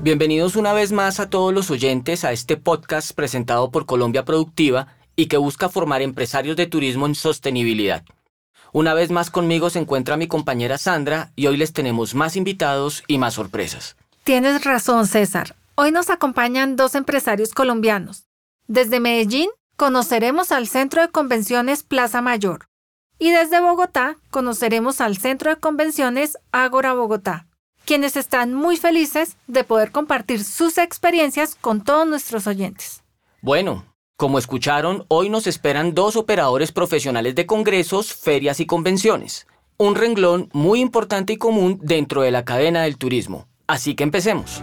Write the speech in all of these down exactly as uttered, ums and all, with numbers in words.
Bienvenidos una vez más a todos los oyentes a este podcast presentado por Colombia Productiva y que busca formar empresarios de turismo en sostenibilidad. Una vez más conmigo se encuentra mi compañera Sandra y hoy les tenemos más invitados y más sorpresas. Tienes razón, César. Hoy nos acompañan dos empresarios colombianos. Desde Medellín conoceremos al Centro de Convenciones Plaza Mayor y desde Bogotá conoceremos al Centro de Convenciones Ágora Bogotá, quienes están muy felices de poder compartir sus experiencias con todos nuestros oyentes. Bueno, como escucharon, hoy nos esperan dos operadores profesionales de congresos, ferias y convenciones. Un renglón muy importante y común dentro de la cadena del turismo. Así que empecemos.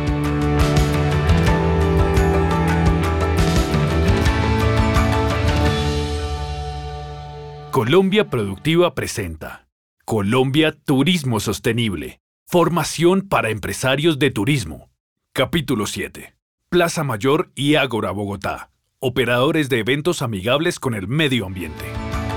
Colombia Productiva presenta Colombia Turismo Sostenible. Formación para empresarios de turismo. Capítulo siete. Plaza Mayor y Ágora Bogotá. Operadores de eventos amigables con el medio ambiente.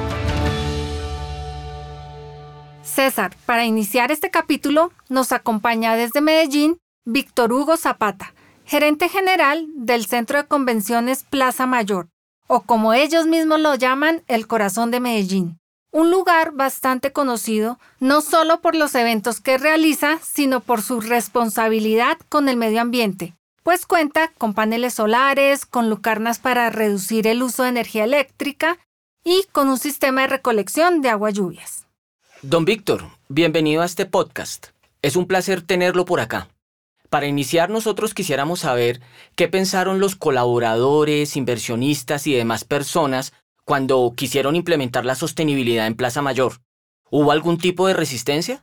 César, para iniciar este capítulo, nos acompaña desde Medellín Víctor Hugo Zapata, gerente general del Centro de Convenciones Plaza Mayor, o como ellos mismos lo llaman, el corazón de Medellín. Un lugar bastante conocido, no solo por los eventos que realiza, sino por su responsabilidad con el medio ambiente, pues cuenta con paneles solares, con lucarnas para reducir el uso de energía eléctrica y con un sistema de recolección de agua lluvias. Don Víctor, bienvenido a este podcast. Es un placer tenerlo por acá. Para iniciar, nosotros quisiéramos saber qué pensaron los colaboradores, inversionistas y demás personas cuando quisieron implementar la sostenibilidad en Plaza Mayor. ¿Hubo algún tipo de resistencia?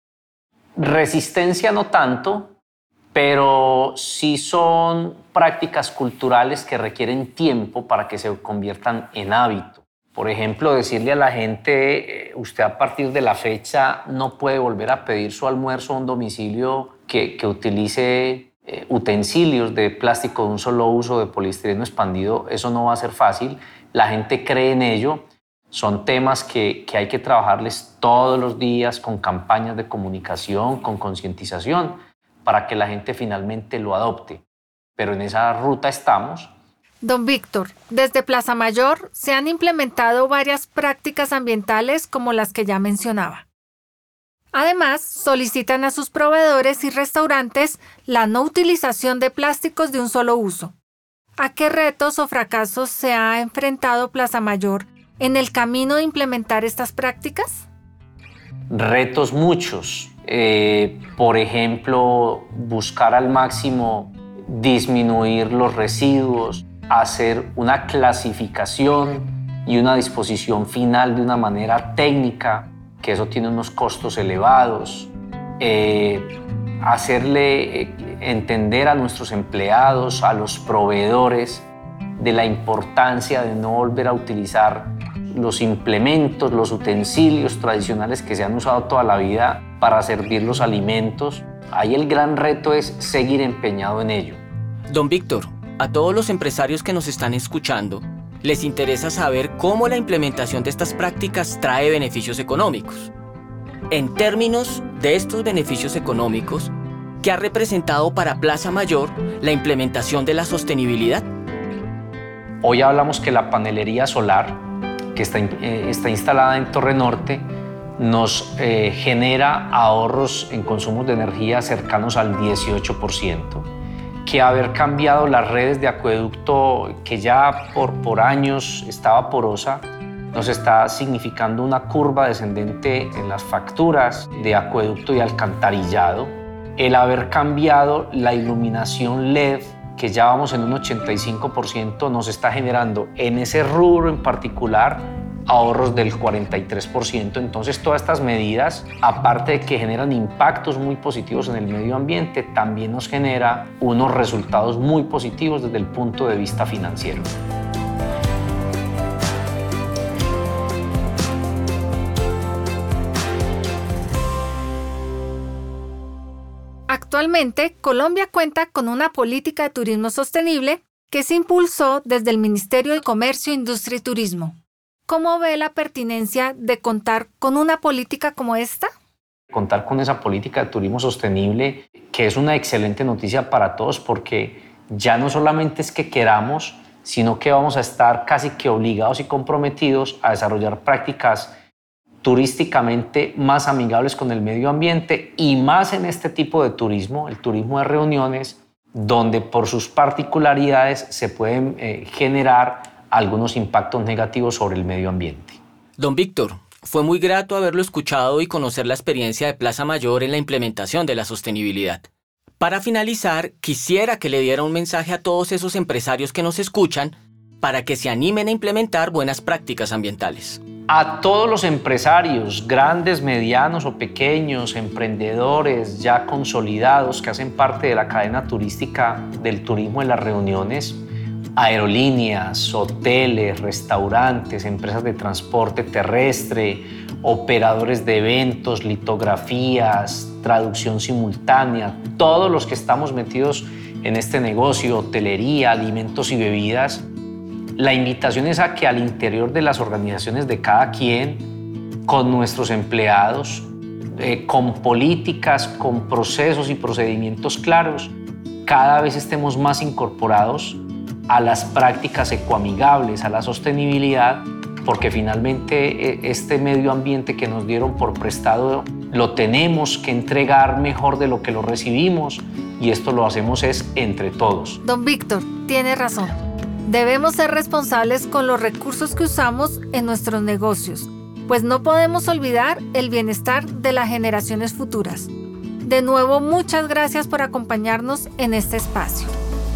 Resistencia no tanto, pero sí son prácticas culturales que requieren tiempo para que se conviertan en hábito. Por ejemplo, decirle a la gente, usted a partir de la fecha no puede volver a pedir su almuerzo a un domicilio que, que utilice eh, utensilios de plástico de un solo uso, de poliestireno expandido. Eso no va a ser fácil. La gente cree en ello. Son temas que, que hay que trabajarles todos los días con campañas de comunicación, con concientización, para que la gente finalmente lo adopte. Pero en esa ruta estamos. Don Víctor, desde Plaza Mayor se han implementado varias prácticas ambientales como las que ya mencionaba. Además, solicitan a sus proveedores y restaurantes la no utilización de plásticos de un solo uso. ¿A qué retos o fracasos se ha enfrentado Plaza Mayor en el camino de implementar estas prácticas? Retos muchos. Eh, por ejemplo, buscar al máximo disminuir los residuos, hacer una clasificación y una disposición final de una manera técnica, que eso tiene unos costos elevados. Eh, hacerle entender a nuestros empleados, a los proveedores, de la importancia de no volver a utilizar los implementos, los utensilios tradicionales que se han usado toda la vida para servir los alimentos. Ahí el gran reto es seguir empeñado en ello. Don Víctor, a todos los empresarios que nos están escuchando, les interesa saber cómo la implementación de estas prácticas trae beneficios económicos. En términos de estos beneficios económicos, ¿qué ha representado para Plaza Mayor la implementación de la sostenibilidad? Hoy hablamos que la panelería solar, que está, eh, está instalada en Torre Norte, nos eh, genera ahorros en consumos de energía cercanos al dieciocho por ciento. Que haber cambiado las redes de acueducto, que ya por, por años estaba porosa, nos está significando una curva descendente en las facturas de acueducto y alcantarillado. El haber cambiado la iluminación L E D, que ya vamos en un ochenta y cinco por ciento, nos está generando en ese rubro en particular ahorros del cuarenta y tres por ciento. Entonces, todas estas medidas, aparte de que generan impactos muy positivos en el medio ambiente, también nos genera unos resultados muy positivos desde el punto de vista financiero. Actualmente, Colombia cuenta con una política de turismo sostenible que se impulsó desde el Ministerio de Comercio, Industria y Turismo. ¿Cómo ve la pertinencia de contar con una política como esta? contar con esa política de turismo sostenible, que es una excelente noticia para todos, porque ya no solamente es que queramos, sino que vamos a estar casi que obligados y comprometidos a desarrollar prácticas turísticamente más amigables con el medio ambiente, y más en este tipo de turismo, el turismo de reuniones, donde por sus particularidades se pueden eh, generar algunos impactos negativos sobre el medio ambiente. Don Víctor, fue muy grato haberlo escuchado y conocer la experiencia de Plaza Mayor en la implementación de la sostenibilidad. Para finalizar, quisiera que le diera un mensaje a todos esos empresarios que nos escuchan para que se animen a implementar buenas prácticas ambientales. A todos los empresarios, grandes, medianos o pequeños, emprendedores ya consolidados que hacen parte de la cadena turística del turismo en las reuniones, aerolíneas, hoteles, restaurantes, empresas de transporte terrestre, operadores de eventos, litografías, traducción simultánea, todos los que estamos metidos en este negocio, hotelería, alimentos y bebidas, la invitación es a que al interior de las organizaciones de cada quien, con nuestros empleados, eh, con políticas, con procesos y procedimientos claros, cada vez estemos más incorporados a las prácticas ecoamigables, a la sostenibilidad, porque finalmente eh, este medio ambiente que nos dieron por prestado lo tenemos que entregar mejor de lo que lo recibimos, y esto lo hacemos es entre todos. Don Víctor, tiene razón. Debemos ser responsables con los recursos que usamos en nuestros negocios, pues no podemos olvidar el bienestar de las generaciones futuras. De nuevo, muchas gracias por acompañarnos en este espacio.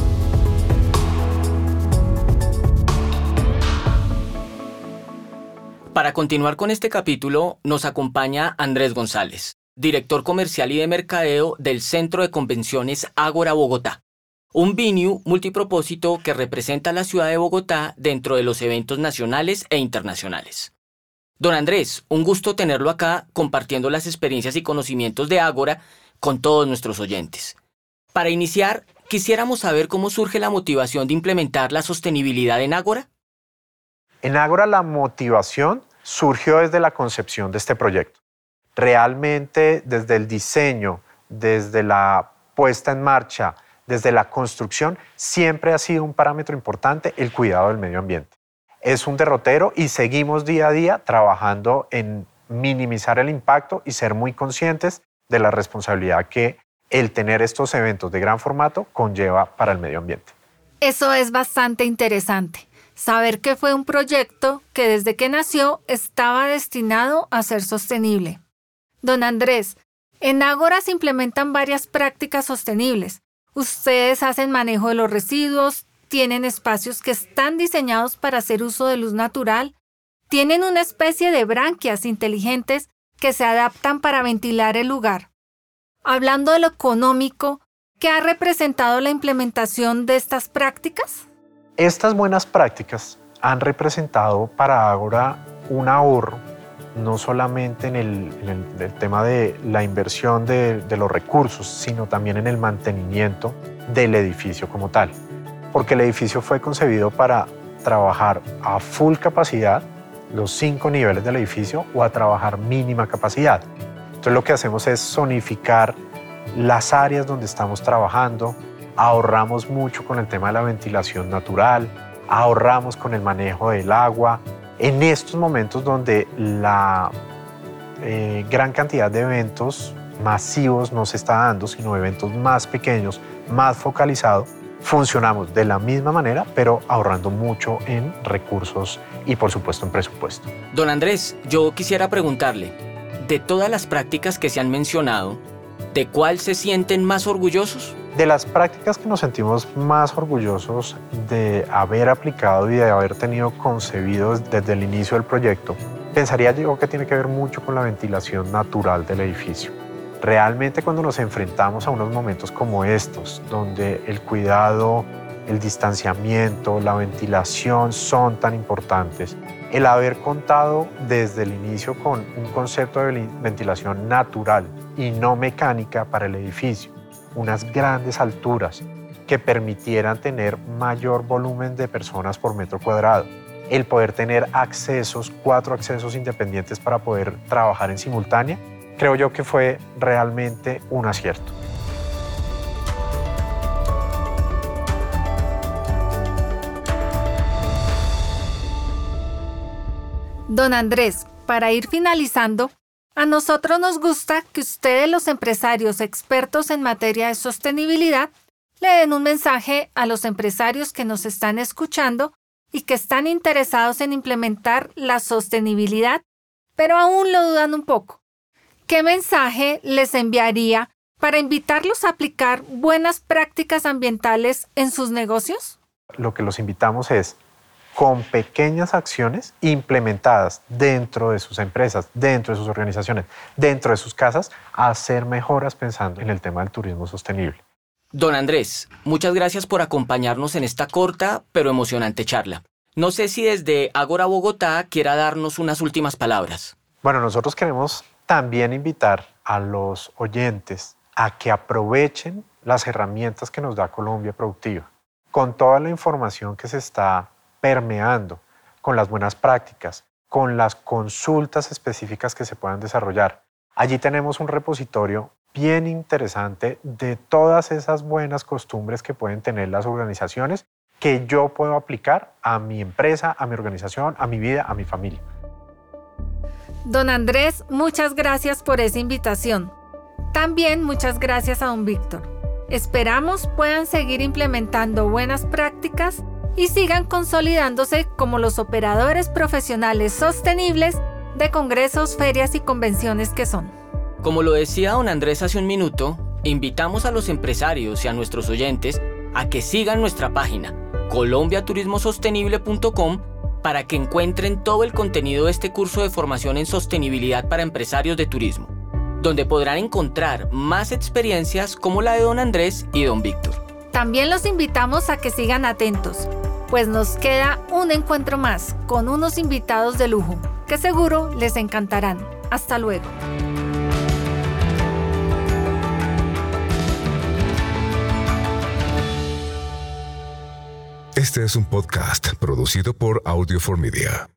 Para continuar con este capítulo, nos acompaña Andrés González, director comercial y de mercadeo del Centro de Convenciones Ágora Bogotá, un venue multipropósito que representa a la ciudad de Bogotá dentro de los eventos nacionales e internacionales. Don Andrés, un gusto tenerlo acá compartiendo las experiencias y conocimientos de Ágora con todos nuestros oyentes. Para iniciar, quisiéramos saber cómo surge la motivación de implementar la sostenibilidad en Ágora. En Ágora la motivación surgió desde la concepción de este proyecto. Realmente desde el diseño, desde la puesta en marcha, desde la construcción, siempre ha sido un parámetro importante el cuidado del medio ambiente. Es un derrotero y seguimos día a día trabajando en minimizar el impacto y ser muy conscientes de la responsabilidad que el tener estos eventos de gran formato conlleva para el medio ambiente. Eso es bastante interesante. Saber que fue un proyecto que desde que nació estaba destinado a ser sostenible. Don Andrés, en Ágora se implementan varias prácticas sostenibles. Ustedes hacen manejo de los residuos, tienen espacios que están diseñados para hacer uso de luz natural, tienen una especie de branquias inteligentes que se adaptan para ventilar el lugar. Hablando de lo económico, ¿qué ha representado la implementación de estas prácticas? Estas buenas prácticas han representado para Ágora un ahorro, no solamente en el, en el, el tema de la inversión de, de los recursos, sino también en el mantenimiento del edificio como tal. Porque el edificio fue concebido para trabajar a full capacidad, los cinco niveles del edificio, o a trabajar mínima capacidad. Entonces lo que hacemos es zonificar las áreas donde estamos trabajando, ahorramos mucho con el tema de la ventilación natural, ahorramos con el manejo del agua. En estos momentos donde la eh, gran cantidad de eventos masivos no se está dando, sino eventos más pequeños, más focalizados, funcionamos de la misma manera, pero ahorrando mucho en recursos y, por supuesto, en presupuesto. Don Andrés, yo quisiera preguntarle, de todas las prácticas que se han mencionado, ¿de cuál se sienten más orgullosos? De las prácticas que nos sentimos más orgullosos de haber aplicado y de haber tenido concebidos desde el inicio del proyecto, pensaría yo que tiene que ver mucho con la ventilación natural del edificio. Realmente cuando nos enfrentamos a unos momentos como estos, donde el cuidado, el distanciamiento, la ventilación son tan importantes, el haber contado desde el inicio con un concepto de ventilación natural y no mecánica para el edificio, unas grandes alturas que permitieran tener mayor volumen de personas por metro cuadrado, el poder tener accesos, cuatro accesos independientes para poder trabajar en simultánea, creo yo que fue realmente un acierto. Don Andrés, para ir finalizando, a nosotros nos gusta que ustedes, los empresarios expertos en materia de sostenibilidad, le den un mensaje a los empresarios que nos están escuchando y que están interesados en implementar la sostenibilidad, pero aún lo dudan un poco. ¿Qué mensaje les enviaría para invitarlos a aplicar buenas prácticas ambientales en sus negocios? Lo que los invitamos es, con pequeñas acciones implementadas dentro de sus empresas, dentro de sus organizaciones, dentro de sus casas, a hacer mejoras pensando en el tema del turismo sostenible. Don Andrés, muchas gracias por acompañarnos en esta corta pero emocionante charla. No sé si desde Ágora Bogotá quiera darnos unas últimas palabras. Bueno, nosotros queremos también invitar a los oyentes a que aprovechen las herramientas que nos da Colombia Productiva. Con toda la información que se está permeando, con las buenas prácticas, con las consultas específicas que se puedan desarrollar. Allí tenemos un repositorio bien interesante de todas esas buenas costumbres que pueden tener las organizaciones que yo puedo aplicar a mi empresa, a mi organización, a mi vida, a mi familia. Don Andrés, muchas gracias por esa invitación. También muchas gracias a don Víctor. Esperamos puedan seguir implementando buenas prácticas y sigan consolidándose como los operadores profesionales sostenibles de congresos, ferias y convenciones que son. Como lo decía don Andrés hace un minuto, invitamos a los empresarios y a nuestros oyentes a que sigan nuestra página colombia turismo sostenible punto com para que encuentren todo el contenido de este curso de formación en sostenibilidad para empresarios de turismo, donde podrán encontrar más experiencias como la de don Andrés y don Víctor. También los invitamos a que sigan atentos, pues nos queda un encuentro más con unos invitados de lujo que seguro les encantarán. Hasta luego. Este es un podcast producido por Audio for Media.